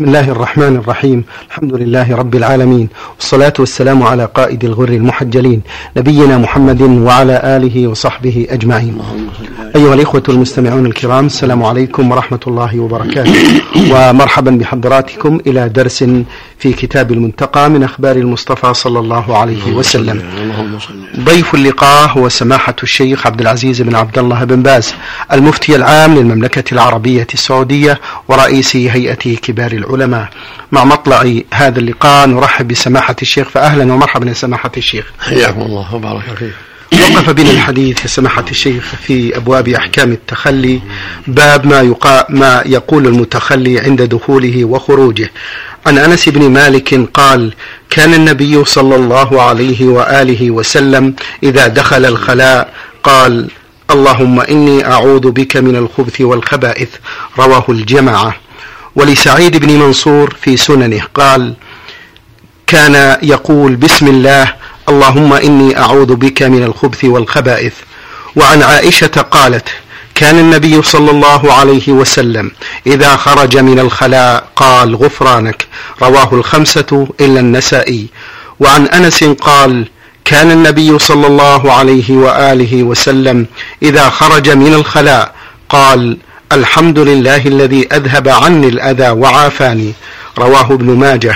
بسم الله الرحمن الرحيم. الحمد لله رب العالمين، والصلاة والسلام على قائد الغر المحجلين نبينا محمد وعلى آله وصحبه أجمعين. أيها الإخوة المستمعون الكرام، السلام عليكم ورحمة الله وبركاته، ومرحبا بحضراتكم إلى درس في كتاب المنتقى من أخبار المصطفى صلى الله عليه وسلم. ضيف اللقاء هو سماحة الشيخ عبد العزيز بن عبد الله بن باز، المفتي العام للمملكة العربية السعودية ورئيس هيئة كبار العلماء. مع مطلع هذا اللقاء نرحب بسماحة الشيخ، فأهلا ومرحبا يا سماحة الشيخ. حياكم الله وبارك فيك. وقف بنا الحديث يا سماحة الشيخ في أبواب أحكام التخلي، باب ما يقول المتخلي عند دخوله وخروجه. عن أنس بن مالك قال: كان النبي صلى الله عليه وآله وسلم إذا دخل الخلاء قال: اللهم إني أعوذ بك من الخبث والخبائث، رواه الجماعة. ولسعيد بن منصور في سننه قال: كان يقول بسم الله اللهم إني أعوذ بك من الخبث والخبائث. وعن عائشة قالت: كان النبي صلى الله عليه وسلم إذا خرج من الخلاء قال غفرانك، رواه الخمسة إلا النسائي. وعن أنس قال: كان النبي صلى الله عليه وآله وسلم إذا خرج من الخلاء قال الحمد لله الذي أذهب عني الأذى وعافاني، رواه ابن ماجه.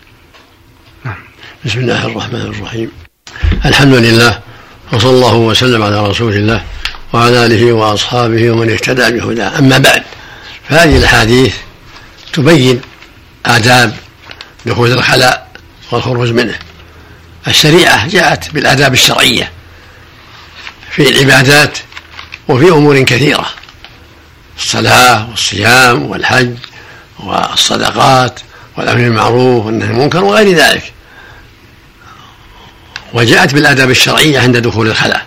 بسم الله الرحمن الرحيم. الحمد لله، وصلى الله وسلم على رسول الله وعلى آله وأصحابه ومن اهتدى بهداه. أما بعد، فهذه الأحاديث تبين آداب دخول الخلاء والخروج منه. الشريعة جاءت بالآداب الشرعية في العبادات وفي أمور كثيرة: الصلاة والصيام والحج والصدقات والأمر بالمعروف والنهي عن المنكر وغير ذلك. وجاءت بالآداب الشرعية عند دخول الخلاء.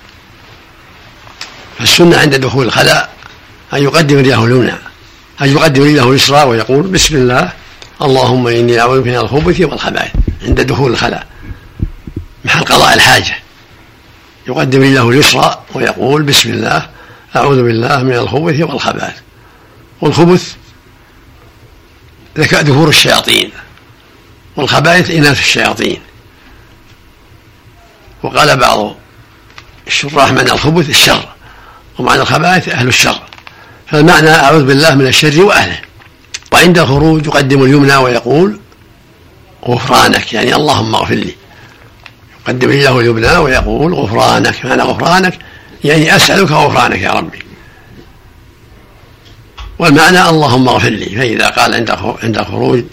فالسنة عند دخول الخلاء أن يقدم رجله اليمنى، أن يقدم رجله اليسرى ويقول بسم الله اللهم إني أعوذ بك من الخبث والخبائث عند دخول الخلاء محل قضاء الحاجة. يقدم رجله اليسرى ويقول بسم الله أعوذ بالله من الخبث والخبائث. والخبث ذكور الشياطين، والخبائث إناث الشياطين. وقال بعض الشراح معنى الخبث الشر، ومعنى الخبائث أهل الشر، فالمعنى أعوذ بالله من الشر وأهله. وعند الخروج يقدم اليمنى ويقول غفرانك، يعني اللهم اغفر لي. يقدم له اليمنى ويقول غفرانك، معنى غفرانك يعني أسألك غفرانك يا ربي. والمعنى اللهم اغفر لي. فإذا قال عند الخروج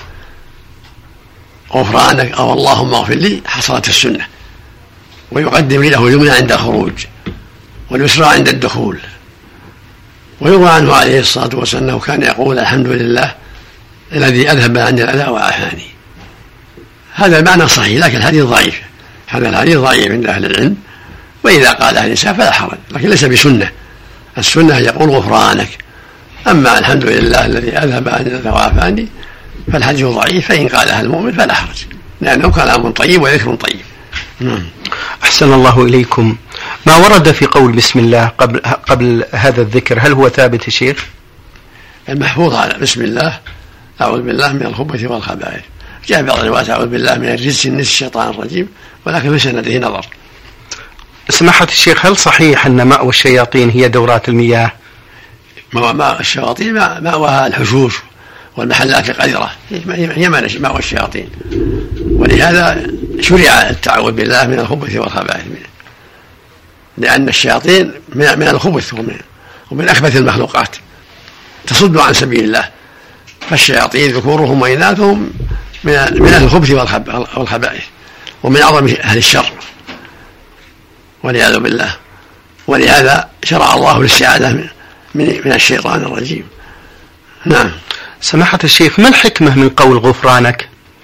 غفرانك أو اللهم اغفر لي حصلت السنة. ويقدم له اليمنى عند الخروج واليسرى عند الدخول. ويروى عنه عليه الصلاة والسلام أنه كان يقول الحمد لله الذي أذهب عني الأذى وعافاني. هذا المعنى صحيح، لكن الحديث ضعيف. هذا الحديث ضعيف عند أهل العلم، وإذا قال الإنسان فلا حرج، لكن ليس بسنة. السنة يقول غفرانك. أما الحمد لله الذي أذهب عني الأذى وعافاني فالحديث ضعيف، فإن قالها المؤمن فلا حرج، لأنه كلام طيب وذكر طيب. أحسن الله إليكم. ما ورد في قول بسم الله قبل هذا الذكر هل هو ثابت يا شيخ؟ المحفوظ على بسم الله أعوذ بالله من الخبث والخبائث. جاء بعض الروايات أعوذ بالله من الرجس الشيطان الرجيم، ولكن في سنده نظر. سماحة الشيخ، هل صحيح أن مأوى الشياطين هي دورات المياه؟ مأوى الشياطين مأواها الحشوش والمحلات القذرة، هي مأوى الشياطين. ولهذا شرع التعوذ بالله من الخبث والخبائث منه، لأن الشياطين من الخبث ومن أخبث المخلوقات تصد عن سبيل الله. فالشياطين ذكورهم وإناثهم من أهل الخبث والخبائث، ومن أعظم أهل الشر والعياذ بالله. ولهذا شرع الله الاستعاذة من الشيطان الرجيم. نعم. سماحة الشيخ، ما الحكمة من قول غفرانك؟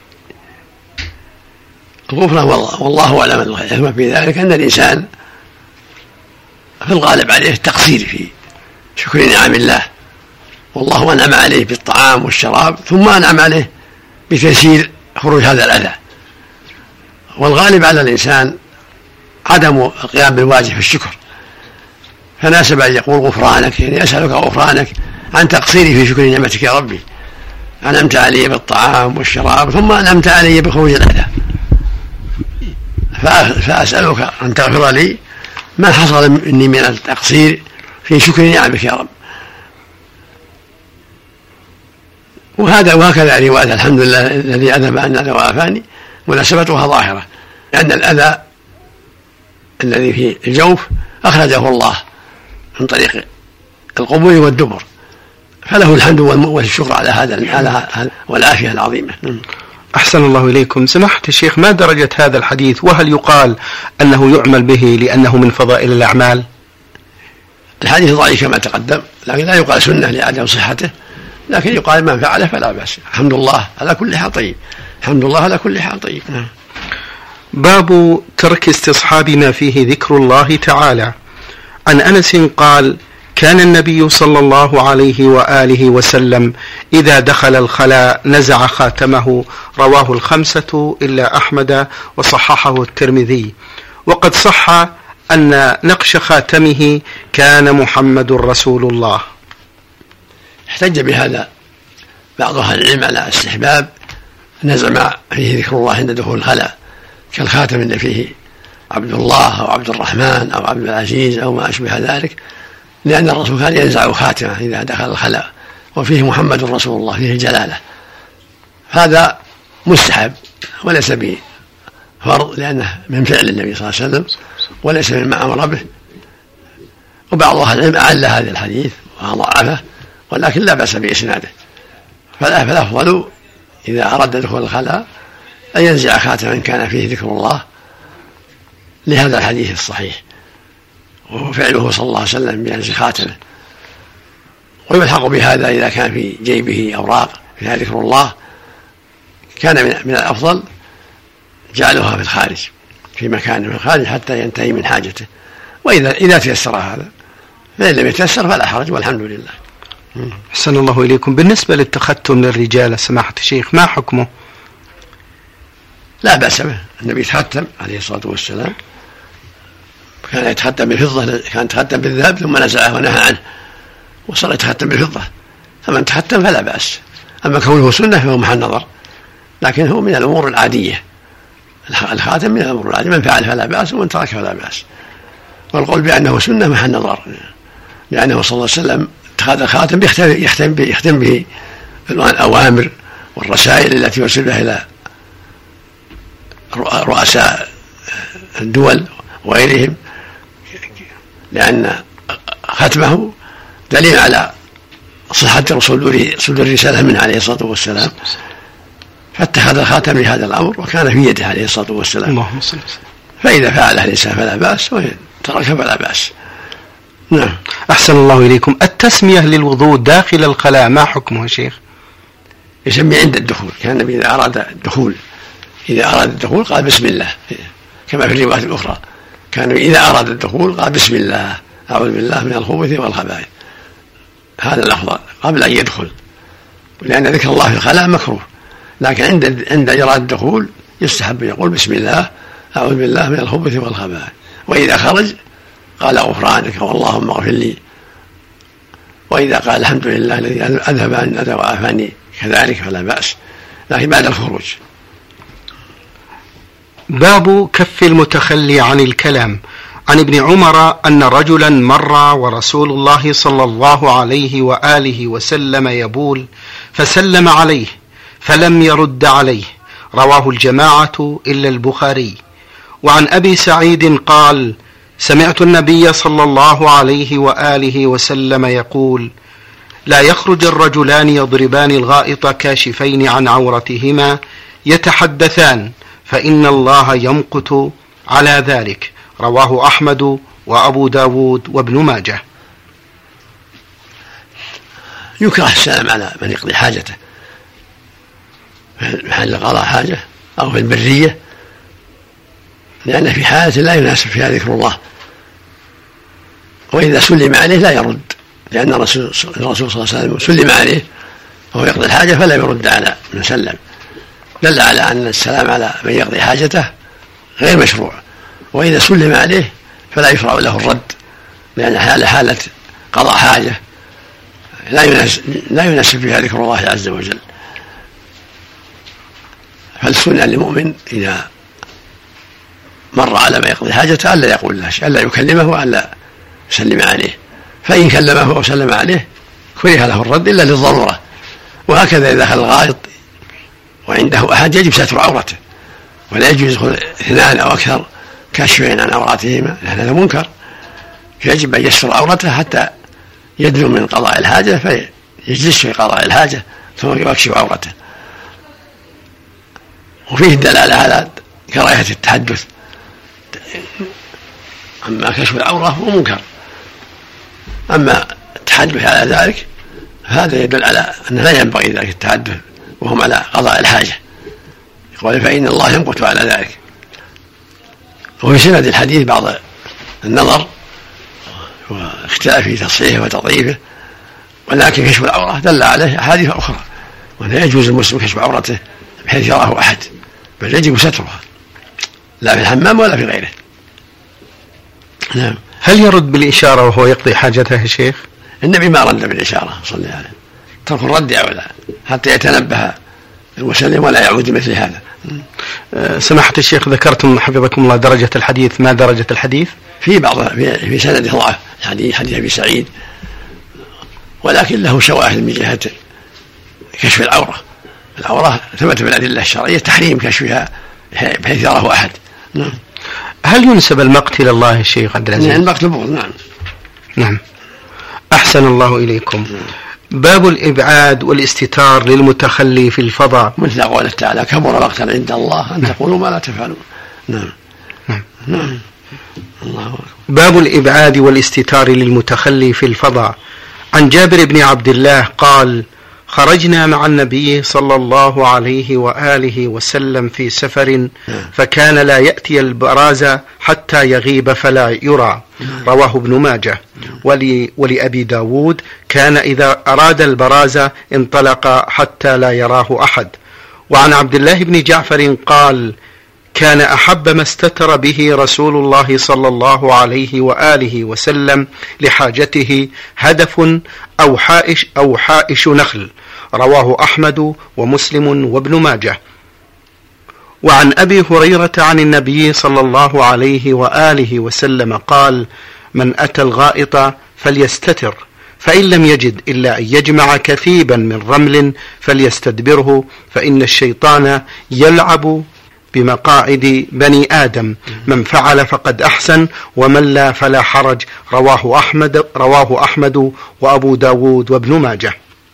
الغفران والله أعلم. الحكمة في ذلك أن الإنسان في الغالب عليه التقصير في شكر نعم الله، والله أنعم عليه بالطعام والشراب، ثم أنعم عليه بتيسير خروج هذا الأذى. والغالب على الإنسان عدم القيام بالواجب في الشكر، فناسب أن يقول غفرانك، يعني أسألك غفرانك عن تقصيري في شكر نعمتك يا ربي، أنعمت علي بالطعام والشراب ثم أنعمت علي بخروج الأذى، فأسألك أن تغفر لي ما حصل مني من التقصير في شكر نعمك يا رب. وهكذا رواية الحمد لله الذي أذهب عنا الأذى وعافاني مناسبتها ظاهرة، لأن الأذى الذي في الجوف أخرجه الله من طريق القبول والدبر، فله الحمد والشكر على هذا والعافية العظيمة. أحسن الله إليكم. سماحة الشيخ، ما درجة هذا الحديث، وهل يقال أنه يعمل به لأنه من فضائل الأعمال؟ الحديث ضعيف كما تقدم، لكن لا يقال سنة لعدم صحته، لكن يقال من فعله فلا بأس. الحمد لله على كل حال طيب، الحمد لله على كل حال طيب. باب ترك استصحاب ما فيه ذكر الله تعالى. عن أنس قال: كان النبي صلى الله عليه وآله وسلم إذا دخل الخلاء نزع خاتمه، رواه الخمسة إلا أحمد وصححه الترمذي. وقد صح أن نقش خاتمه كان محمد رسول الله. احتج بهذا بعض أهل العلم على استحباب نزع ما فيه ذكر الله عند دخول الخلاء، كالخاتم اللي فيه عبد الله أو عبد الرحمن أو عبد العزيز أو ما أشبه ذلك، لأن الرسول كان ينزع خاتمه إذا دخل الخلاء، وفيه محمد رسول الله فيه الجلالة. هذا مستحب وليس بفرض، لأنه من فعل النبي صلى الله عليه وسلم وليس مما أمر به. وبعض أهل العلم أعل هذا الحديث وضعفه، ولكن لا بأس بإسناده. فالأفضل إذا أراد دخول الخلاء أن ينزع خاتما كان فيه ذكر الله لهذا الحديث الصحيح، وفعله صلى الله عليه وسلم بينزع خاتمه. ويلحق بهذا إذا كان في جيبه أوراق فيها ذكر الله، كان من الأفضل جعلها في الخارج، في مكان في الخارج حتى ينتهي من حاجته. وإذا تيسر هذا، فإن لم يتيسر فلا حرج والحمد لله. أحسن الله إليكم. بالنسبة للتختم للرجال سماحة الشيخ، ما حكمه؟ لا بأس به، النبي يتختم عليه الصلاة والسلام، كان يتختم بالفضة، كان يتختم بالذهب ثم نزعه ونهى عنه، وصار يتختم بالفضة، فمن تختم فلا بأس. أما كونه سنة فهو محل نظر، لكن هو من الأمور العادية، الخاتم من الأمور العادية، من فعل فلا بأس ومن ترك فلا بأس. والقول بأنه سنة محل نظر، لأنه صلى الله عليه وسلم اتخذ الخاتم يختم به الأوامر والرسائل التي يرسلها إلى رؤساء الدول وغيرهم، لأن ختمه دليل على صحة صدور الرسالة منه عليه الصلاة والسلام، فاتخذ الخاتم لهذا الأمر وكان في يده عليه الصلاة والسلام. فإذا فعله الإنسان فلا بأس، وإن ترك فلا بأس. نعم. أحسن الله إليكم. التسمية للوضوء داخل الخلاء ما حكمها شيخ؟ يسمي عند الدخول، كان النبي إذا أراد الدخول قال بسم الله، كما في الروايات الأخرى كان إذا أراد الدخول قال بسم الله، أعوذ بالله من الخبث والخبائث. هذا الأفضل قبل أن يدخل، لأن ذكر الله في الخلاء مكروه، لكن عند إرادة الدخول يستحب يقول بسم الله، أعوذ بالله من الخبث والخبائث. وإذا خرج قال غفرانك واللهم اغفر لي. وإذا قال الحمد لله الذي أذهب عن الأذى وعافاني كذلك فلا بأس، لكن بعد الخروج. باب كف المتخلي عن الكلام. عن ابن عمر أن رجلا مر ورسول الله صلى الله عليه وآله وسلم يبول، فسلم عليه فلم يرد عليه، رواه الجماعة إلا البخاري. وعن أبي سعيد قال: سمعت النبي صلى الله عليه وآله وسلم يقول: لا يخرج الرجلان يضربان الغائط كاشفين عن عورتهما يتحدثان، فإن الله يمقت على ذلك، رواه أحمد وأبو داود وابن ماجه. يكره السلام على من يقضي حاجته في محل قضاء حاجة أو في البرية، لأن في حالة لا يناسب فيها ذكر الله. وإذا سلم عليه لا يرد، لأن الرسول صلى الله عليه وسلم سلم عليه وهو يقضي الحاجة فلا يرد على من سلم، دل على أن السلام على من يقضي حاجته غير مشروع. وإذا سلم عليه فلا يشرع له الرد، لأن حالة قضاء حاجة لا يناسب فيها ذكر الله عز وجل. فالسنة للمؤمن إذا مر على ما يقضي حاجته ألا يقول له شيء، ألا يكلمه وألا يسلم عليه، فإن كلمه وسلم عليه كره له الرد إلا للضرورة. وهكذا إذا دخل الغائط وعنده أحد يجب ستر عورته، ولا يجوز يدخل اثنان أو أكثر كشفين عن عوراتهما، هذا منكر، يجب أن يستر عورته حتى يدنو من قضاء الحاجة فيجلس في قضاء الحاجة ثم يكشف عورته. وفيه الدلالة على كراهة التحدث، أما كشف العورة هو منكر، أما التحدث على ذلك هذا يدل على أنه لا ينبغي ذلك التحدث وهم على قضاء الحاجة، يقول فإن الله يمقت على ذلك. وفي سند الحديث بعض النظر واختلاف في تصحيحه وتضعيفه، ولكن كشف العورة دل عليه أحاديث أخرى، وأنه يجوز المسلم كشف عورته بحيث يراه أحد، بل يجب سترها لا في الحمام ولا في غيره. نعم. هل يرد بالإشارة وهو يقضي حاجته يا شيخ؟ النبي ما رد بالإشارة صلى الله عليه وسلم، ترك الرد أولى حتى يتنبه المسلم ولا يعود مثل هذا. سماحة الشيخ ذكرتم حفظكم الله درجة الحديث، ما درجة الحديث؟ في بعض في سند ضعف، حديث أبي سعيد، ولكن له شواهد من جهة كشف العورة. العورة ثبت بالأدلة الشرعية تحريم كشفها بحيث يراه أحد. نعم. هل ينسب المقت إلى الله الشيخ عبد العزيز؟ المقت بغض. نعم. نعم. أحسن الله إليكم. باب الإبعاد والاستتار للمتخلي في الفضاء، مثل قوله تعالى كبر مقتا عند الله أن تقولوا ما لا تفعلون. نعم. نعم. نعم. الله أكبر. باب الإبعاد والاستتار للمتخلي في الفضاء. عن جابر بن عبد الله قال: خرجنا مع النبي صلى الله عليه وآله وسلم في سفر، فكان لا يأتي البراز حتى يغيب فلا يرى، رواه ابن ماجه. ولأبي داود: كان إذا أراد البراز انطلق حتى لا يراه أحد. وعن عبد الله بن جعفر قال: كان أحب ما استتر به رسول الله صلى الله عليه وآله وسلم لحاجته هدف أو حائش نخل، رواه أحمد ومسلم وابن ماجه. وعن أبي هريرة عن النبي صلى الله عليه وآله وسلم قال: من أتى الغائط فليستتر، فإن لم يجد إلا أن يجمع كثيبا من رمل فليستدبره، فإن الشيطان يلعب بمقاعد بني آدم، من فعل فقد أحسن ومن لا فلا حرج، رواه أحمد وأبو داود وابن ماجه.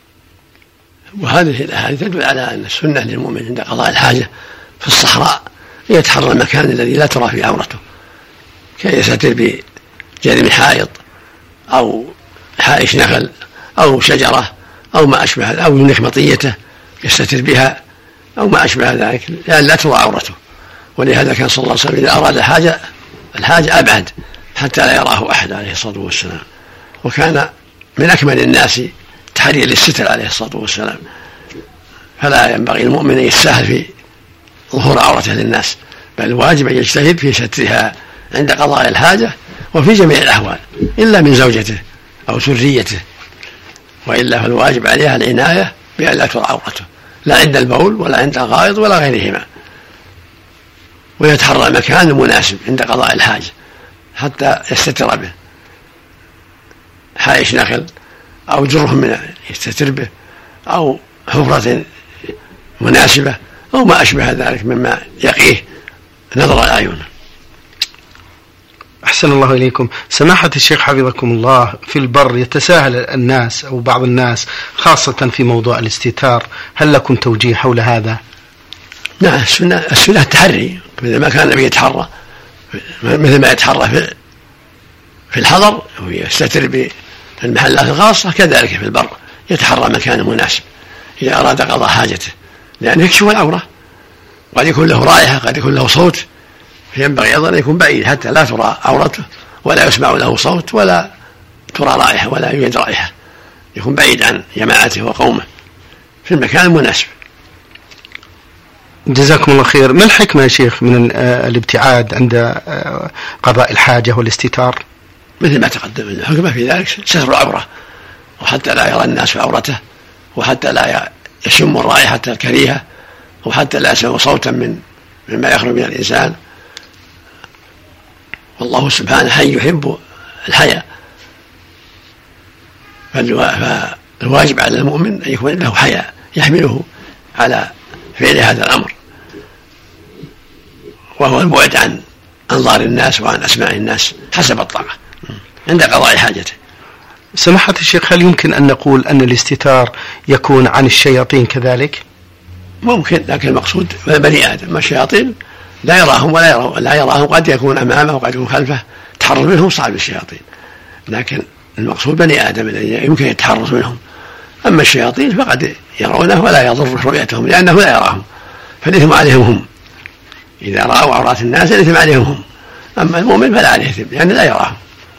وهذه الأحاديث تدل على أن السنة للمؤمن عند قضاء الحاجة في الصحراء يتحرى المكان الذي لا ترى فيه عورته، كي يستتر بجرم حائط أو حائش نخل أو شجرة أو ما أشبه، أو ينخ مطيته يستتر بها أو ما أشبه ذلك، لأن لا ترى عورته. ولهذا كان صلى الله عليه وسلم إذا أراد الحاجة أبعد حتى لا يراه أحد عليه الصلاة والسلام، وكان من أكمل الناس تحريا للستر عليه الصلاة والسلام، فلا ينبغي المؤمن أن يتساهل في ظهور عورته للناس، بل الواجب أن يجتهد في سترها عند قضاء الحاجة وفي جميع الأحوال، إلا من زوجته أو ذريته، وإلا فالواجب عليها العناية بأن لا ترى عورته، لا عند البول ولا عند الغائط ولا غيرهما، ويتحرى المكان المناسب عند قضاء الحاجة حتى يستتر به، حائش نخل أو جرح من يستتر به أو حفرة مناسبة أو ما أشبه ذلك مما يقيه نظر الأعين. أحسن الله إليكم. سماحة الشيخ حفظكم الله، في البر يتساهل الناس أو بعض الناس خاصة في موضوع الاستتار، هل لكم توجيه حول هذا؟ نعم، السنة التحري، مثل ما كان النبي يتحرى، مثل ما يتحرى في الحضر ويستتر بالمحلات الخاصة، كذلك في البر يتحرى مكان مناسب إذا أراد قضاء حاجته، لأنه يكشف العورة، قد يكون له رائحة، قد يكون له صوت، فينبغي أيضا أن يكون بعيد حتى لا ترى عورته ولا يسمع له صوت ولا ترى رائحة ولا يوجد رائحة، يكون بعيد عن جماعته وقومه في المكان المناسب. جزاكم الله خير. ما الحكمة يا شيخ من الابتعاد عند قضاء الحاجة والاستتار؟ مثل ما تقدم، الحكمة في ذلك ستر العورة، وحتى لا يرى الناس عورته، وحتى لا يشم الرائحة الكريهة أو حتى لا يسمع صوتا مما يخرج من الإنسان. والله سبحانه حي يحب الحياء، فالواجب على المؤمن أن يكون له حياء يحمله على فعل هذا الأمر، وهو البعد عن أنظار الناس وعن أسماع الناس حسب الطاقة عند قضاء حاجته. سماحة الشيخ، هل يمكن أن نقول أن الاستتار يكون عن الشياطين كذلك؟ ممكن، لكن المقصود بني آدم. الشياطين لا يراهم لا يراهم، قد يكون أمامه وقد يكون خلفه، تحرز منهم صعب الشياطين، لكن المقصود بني آدم الذين يمكن يتحرز منهم. أما الشياطين فقد يرونه ولا يضر رؤيتهم لأنه لا يراهم، فالإثم عليهم هم. إذا رأوا عورات الناس الإثم عليهم هم، أما المؤمن فلا عليه إثم لأنه لا يراهم.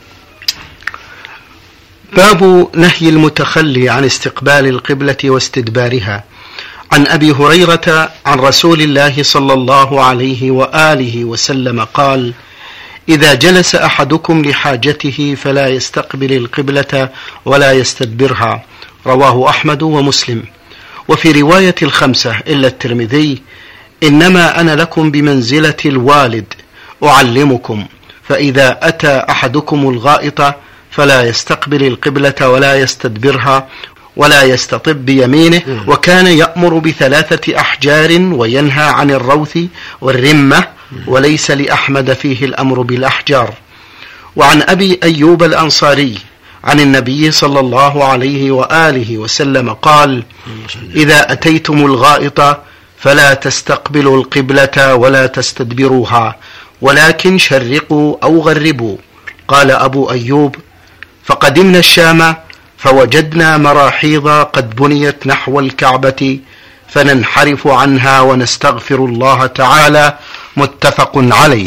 باب نهي المتخلي عن استقبال القبلة واستدبارها. عن أبي هريرة عن رسول الله صلى الله عليه وآله وسلم قال: إذا جلس أحدكم لحاجته فلا يستقبل القبلة ولا يستدبرها. رواه أحمد ومسلم. وفي رواية الخمسة إلا الترمذي: إنما أنا لكم بمنزلة الوالد أعلمكم، فإذا أتى أحدكم الغائط فلا يستقبل القبلة ولا يستدبرها ولا يستطب بيمينه. وكان يأمر ب3 أحجار وينهى عن الروث والرمة، وليس لأحمد فيه الأمر بالأحجار. وعن أبي أيوب الأنصاري عن النبي صلى الله عليه وآله وسلم قال: إذا أتيتم الغائط فلا تستقبلوا القبلة ولا تستدبروها، ولكن شرقوا أو غربوا. قال أبو أيوب: فقدمنا الشام فوجدنا مراحيض قد بنيت نحو الكعبة فننحرف عنها ونستغفر الله تعالى. متفق عليه.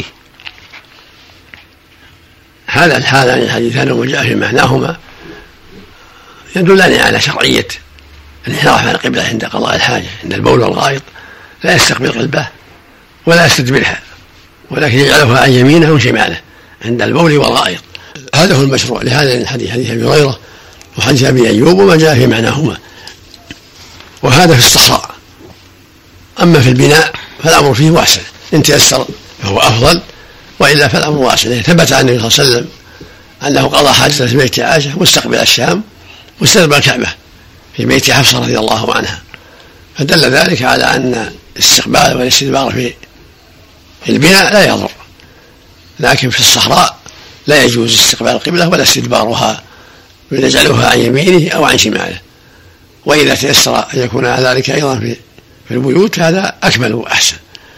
هذا الحديثان وجاء في معناهما يدلان على شرعية الانحراف عن القبلة عند قضاء الحاجة. عند البول والغائط لا يستقبل قلبه ولا يستدبرها، ولكن يجعلها عن يمينه وشماله عند البول والغائط. هذا هو المشروع لهذا الحديث، حديث أبي هريرة وحديث أبي أيوب وما جاء في معناهما. وهذا في الصحراء. أما في البناء فالأمر فيه واسع، إن تيسر فهو أفضل، وإلا فالأمر واسع. ثبت عن النبي صلى الله عليه وسلم أنه قضى حاجته في بيت عائشة مستقبل الشام واستقبل الكعبة في بيت حفصة رضي الله عنها، فدل ذلك على أن الاستقبال والاستدبار في البناء لا يضر، لكن في الصحراء لا يجوز استقبال القبلة ولا استدبارها، يجعلها عن يمينه أو عن شماله. وإذا تيسر أن يكون ذلك أيضا في البيوت هذا أكمل وأحسن.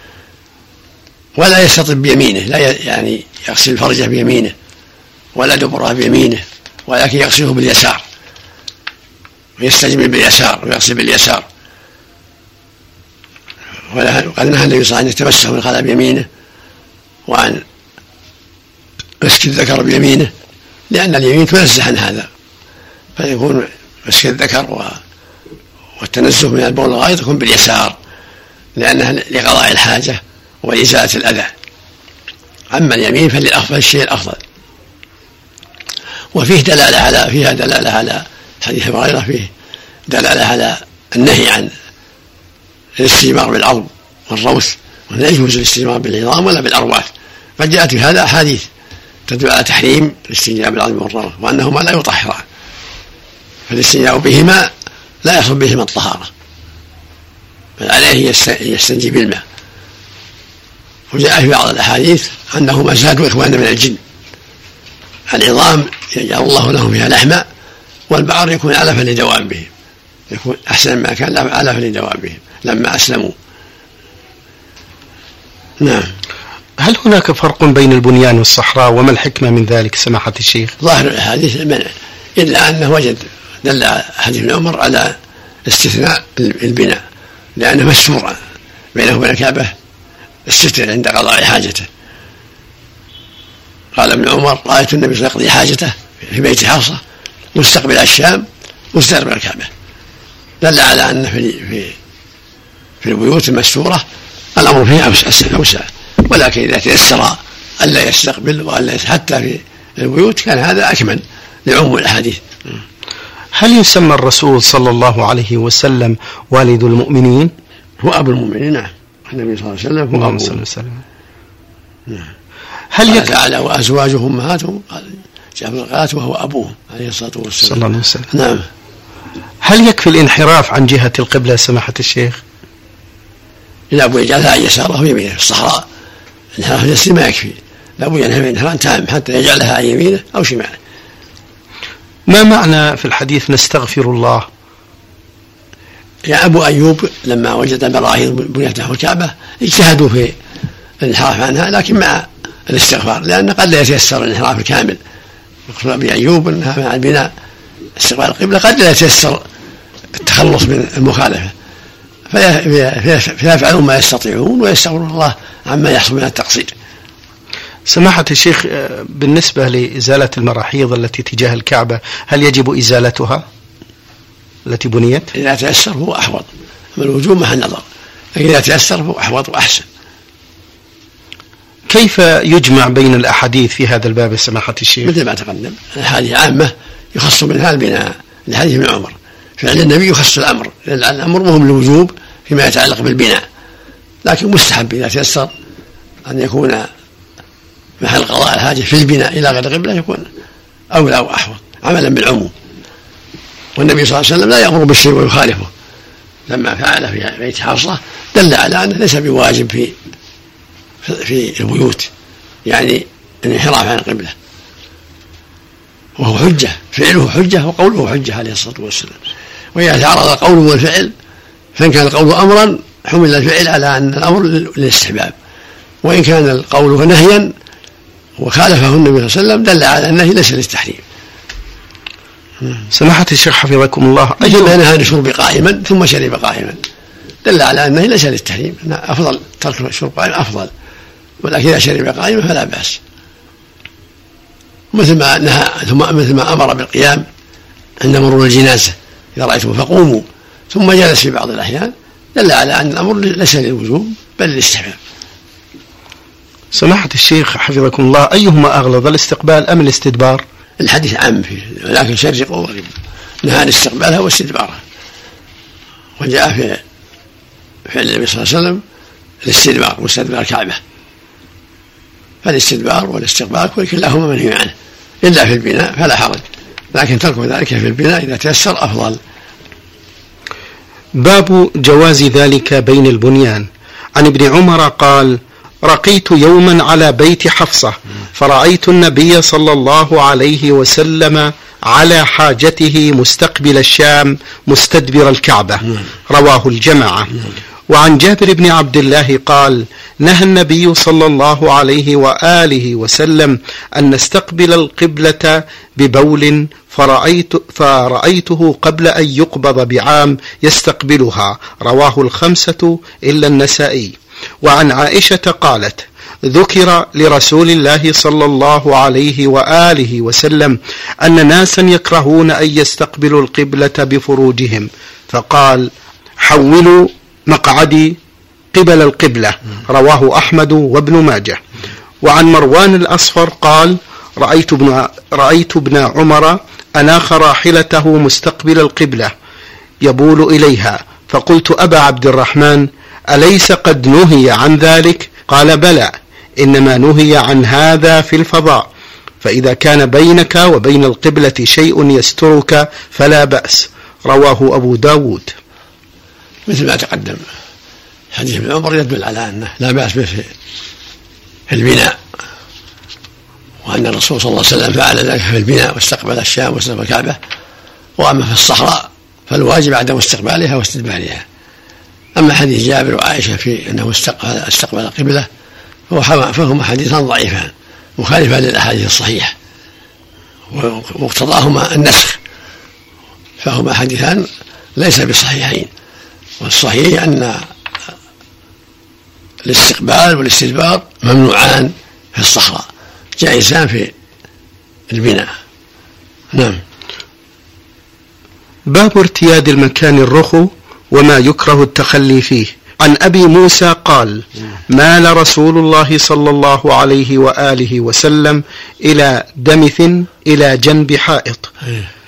ولا يستطب بيمينه، لا يعني يغسل فرجه بيمينه ولا دبره بيمينه، ولكن يغسله باليسار ويستجمل باليسار ويغسل باليسار. وقد نهى النبي صلى الله عليه وسلم أن يتمسح من خلع بيمينه وعن مسك الذكر بيمينه، لأن اليمين تنزه عن هذا، فيكون مسك الذكر والتنزه من البول والغائط يكون باليسار لأنها لقضاء الحاجة وإزالة الأذى. أما اليمين فللأفضل الشيء الأفضل. وفيه دلالة على حديث أبي هريرة، فيه دلالة على النهي عن الاستجمار بالعظم والروث، ولا يجوز الاستجمار بالعظام ولا بالأرواث. قد جاءت في هذا أحاديث تدل على تحريم الاستنجاء بالعظم والروث وأنهما لا يطهران، فالاستنجاء بهما لا يحصل بهما الطهارة، بل عليه يستنجي بالماء. وجاء في بعض الأحاديث أنه مزاد إخواننا من الجن. العظام يجعل الله لهم فيها لحما، والبعر يكون علفا لدوابهم، يكون أحسن ما كان علفا لدوابهم لما أسلموا. نعم. هل هناك فرق بين البنيان والصحراء، وما الحكمة من ذلك سماحة الشيخ؟ ظاهر الحديث المنع، إلا أنه وجد دل حديث ابن عمر على استثناء البناء لأنه مستور بينه وبين الكعبة الستر عند قضاء حاجته. قال ابن عمر: رأيت النبي صلى الله عليه وسلم يقضي حاجته في بيت حفصة مستقبل الشام مستقبل الكعبة، دل على أن في البيوت المستورة الأمر فيها أوسع، ولكن إذا تيسر ألا يستقبل وألا حتى في البيوت كان هذا أكمل لعموم الأحاديث. هل يسمى الرسول صلى الله عليه وسلم والد المؤمنين؟ هو أبو المؤمنين. نعم، النبي صلى الله عليه وسلم هو أبو المؤمنين. نعم. هل يكفي تعالى وأزواجهم أمهاتهم؟ قال جابر القات وهو أبوه عليه الصلاة والسلام. صلى الله عليه وسلم. نعم. هل يكفي الانحراف عن جهة القبلة سماحة الشيخ؟ لا أبو يجعلها عن يساره ويمينه في الصحراء، انحراف اليسري ما يكفي، لا أبو ينحرف انحراف تام حتى يجعلها عن يمينه أو شماله. ما معنى في الحديث نستغفر الله؟ يا أبو أيوب لما وجد براهين بنيت نحو الكعبة اجتهدوا في الانحراف عنها، لكن مع الاستغفار، لأن قد لا يتيسر الانحراف الكامل. يقول أبي أيوب أنها مع البناء استقبال القبلة قد لا يتيسر التخلص من المخالفة، فيفعلون ما يستطيعون ويستغفرون الله عما يحصل من التقصير. سماحة الشيخ، بالنسبة لإزالة المراحيض التي تجاه الكعبة، هل يجب إزالتها التي بنيت؟ إذا تيسر هو أحوط، أما الوجوب محل نظر، لكن إذا تيسر هو أحوط وأحسن. كيف يجمع بين الأحاديث في هذا الباب سماحة الشيخ؟ مثل ما تقدم، الأحاديث عامة يخص منها البناء، الحديث ابن عمر فعل النبي يخص الأمر، لأن الأمر مهم الوجوب فيما يتعلق بالبناء، لكن مستحب إذا تيسر أن يكون محل قضاء الحاجة في البناء إلى غير القبلة يكون أولى وأحوط عملا بالعموم. والنبي صلى الله عليه وسلم لا يأمر بالشيء ويخالفه، لما فعل في بيت حفصة دل على أنه ليس بواجب في البيوت، يعني الانحراف عن القبلة، وهو حجة، فعله حجة وقوله حجة عليه الصلاة والسلام. وإذا تعارض القول والفعل فإن كان القول أمرا حمل الفعل على أن الأمر للاستحباب، وإن كان القول نهيا وخالفه النبي صلى الله عليه وسلم دل على النهي ليس للتحريم. سماحة الشيخ حفظكم الله، مثل ما نهى عن الشرب قائما ثم شرب قائما دل على أنه ليس للتحريم، أفضل ترك الشرب قائما أفضل، ولكن إذا شرب قائما فلا بأس. مثل ما نهى مثل ما أمر بالقيام عند مرور الجنازة، إذا رأيتم فقوموا، ثم جلس في بعض الأحيان دل على أن الأمر ليس للوجوب بل للاستحباب. سماحة الشيخ حفظكم الله، أيهما أغلظ، الاستقبال أم الاستدبار؟ الحديث عام فيه، لكن شرق وغرب نهى عن استقبالها واستدبارها، وجاء في فعل النبي صلى الله عليه وسلم الاستدبار واستدبار الكعبة، فالاستدبار والاستقبال كلاهما منهي عنه إلا في البناء فلا حرج، لكن ترك ذلك في البناء إذا تيسر أفضل. باب جواز ذلك بين البنيان. عن ابن عمر قال: رقيت يوما على بيت حفصة فرأيت النبي صلى الله عليه وسلم على حاجته مستقبل الشام مستدبر الكعبة، رواه الجماعة. وعن جابر بن عبد الله قال: نهى النبي صلى الله عليه وآله وسلم أن نستقبل القبلة ببول فرأيته قبل أن يقبض بعام يستقبلها، رواه الخمسة إلا النسائي. وعن عائشة قالت: ذكر لرسول الله صلى الله عليه وآله وسلم أن ناسا يكرهون أن يستقبلوا القبلة بفروجهم، فقال: حولوا مقعدي قبل القبلة، رواه أحمد وابن ماجه. وعن مروان الأصفر قال: رأيت ابن عمر أناخ راحلته مستقبل القبلة يبول إليها، فقلت: أبا عبد الرحمن، أليس قد نهي عن ذلك؟ قال: بلى، إنما نهي عن هذا في الفضاء، فإذا كان بينك وبين القبلة شيء يسترك فلا بأس، رواه أبو داود. مثل ما تقدم حديث ابن عمر يدل على أنه لا بأس به في البناء، وأن الرسول صلى الله عليه وسلم فعل ذلك في البناء واستقبل الشام واستقبل الكعبة. وأما في الصحراء فالواجب عدم استقبالها واستدبارها. أما حديث جابر وعائشة في أنه استقبل القبلة فهما حديثان ضعيفان مخالفان للأحاديث الصحيحة، ومقتضاهما النسخ، فهما حديثان ليس بصحيحين. والصحيح أن الاستقبال والاستدبار ممنوعان في الصحراء، جائزان في البناء. نعم. باب ارتياد المكان الرخو وما يكره التخلي فيه. عن أبي موسى قال: مال رسول الله صلى الله عليه وآله وسلم إلى دمث إلى جنب حائط،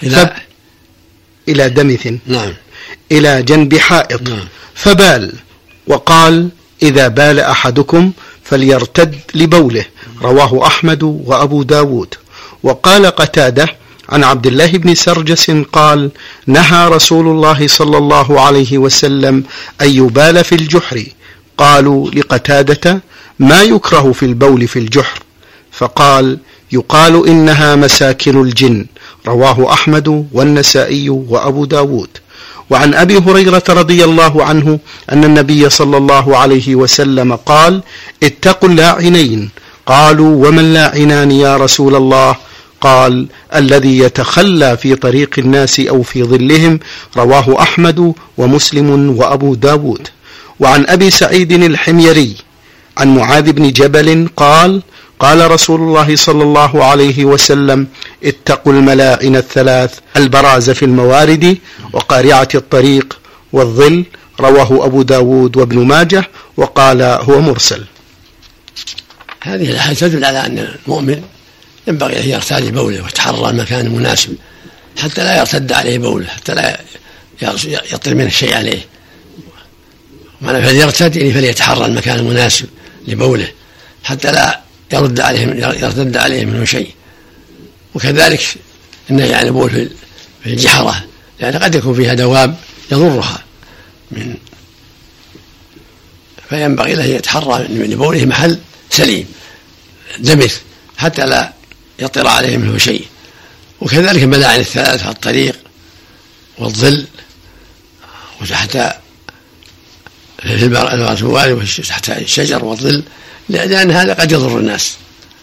إلى دمث، نعم، إلى جنب حائط، فبال وقال: إذا بال أحدكم فليرتد لبوله، رواه أحمد وأبو داود. وقال قتادة عن عبد الله بن سرجس قال: نهى رسول الله صلى الله عليه وسلم أن يبال في الجحر. قالوا لقتادة: ما يكره في البول في الجحر؟ فقال: يقال إنها مساكن الجن، رواه أحمد والنسائي وأبو داود. وعن أبي هريرة رضي الله عنه أن النبي صلى الله عليه وسلم قال: اتقوا اللاعنين. قالوا: وما اللاعنان يا رسول الله؟ قال: الذي يتخلى في طريق الناس أو في ظلهم، رواه أحمد ومسلم وأبو داود. وعن أبي سعيد الحميري عن معاذ بن جبل قال: قال رسول الله صلى الله عليه وسلم: اتقوا الملاعن الثلاث، البراز في الموارد، وقارعة الطريق، والظل، رواه أبو داود وابن ماجه، وقال هو مرسل. هذه الأحاديث تدل على أن المؤمن ينبغي أن يرتاد بوله ويتحرى المكان المناسب حتى لا يرتد عليه بوله، حتى لا يطير منه الشيء عليه. معنى فليرتد يعني فليتحرى المكان المناسب لبوله حتى لا يرتد عليه منه شيء. وكذلك النهي عن البول في الجحرة، لأن قد يكون فيها دواب يضرها فينبغي له يتحرى لبوله محل سليم دمث حتى لا يطر عليه منه شيء. وكذلك الملاعن الثلاث على الطريق والظل وتحت في الموارد وتحت الشجر والظل، لأن هذا قد يضر الناس.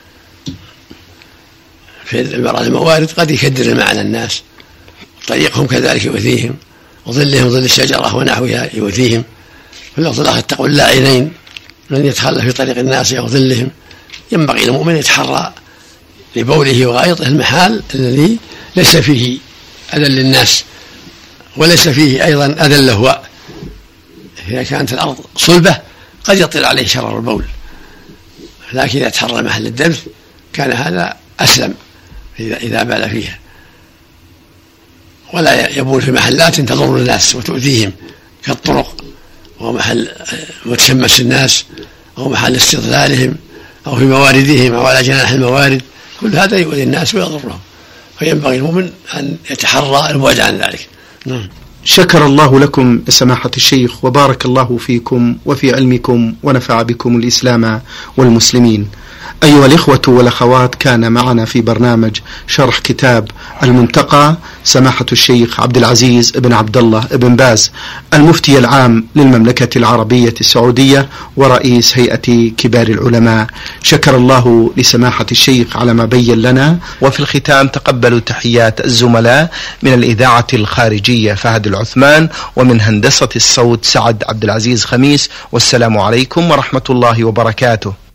في الموارد قد يكدر الماء على الناس، طريقهم كذلك يؤذيهم، وظلهم ظل الشجرة ونحوها يؤذيهم. فاللفظ الآخر: اتقوا اللاعنين، من يتخلى في طريق الناس أو ظلهم. ينبغي للمؤمن يتحرى لبوله وغائطه المحال الذي ليس فيه أذى للناس وليس فيه أيضا أذى له. إذا كانت الأرض صلبة قد يطل عليه شرر البول، لكن إذا تحرى محل الدمث كان هذا أسلم إذا بال فيها. ولا يبول في محلات تضر الناس وتؤذيهم كالطرق ومحل متشمس الناس أو محل استظلالهم أو في مواردهم أو على جناح الموارد، كل هذا يؤذي الناس ويضرهم، فينبغي المؤمن أن يتحرى البعد عن ذلك. نعم. شكر الله لكم سماحة الشيخ، وبارك الله فيكم وفي علمكم، ونفع بكم الإسلام والمسلمين. أيها الإخوة والأخوات، كان معنا في برنامج شرح كتاب المنتقى سماحة الشيخ عبد العزيز بن عبد الله بن باز، المفتي العام للمملكة العربية السعودية ورئيس هيئة كبار العلماء. شكر الله لسماحة الشيخ على ما بين لنا. وفي الختام تقبلوا تحيات الزملاء من الإذاعة الخارجية فهد العثمان، ومن هندسة الصوت سعد عبد العزيز خميس، والسلام عليكم ورحمة الله وبركاته.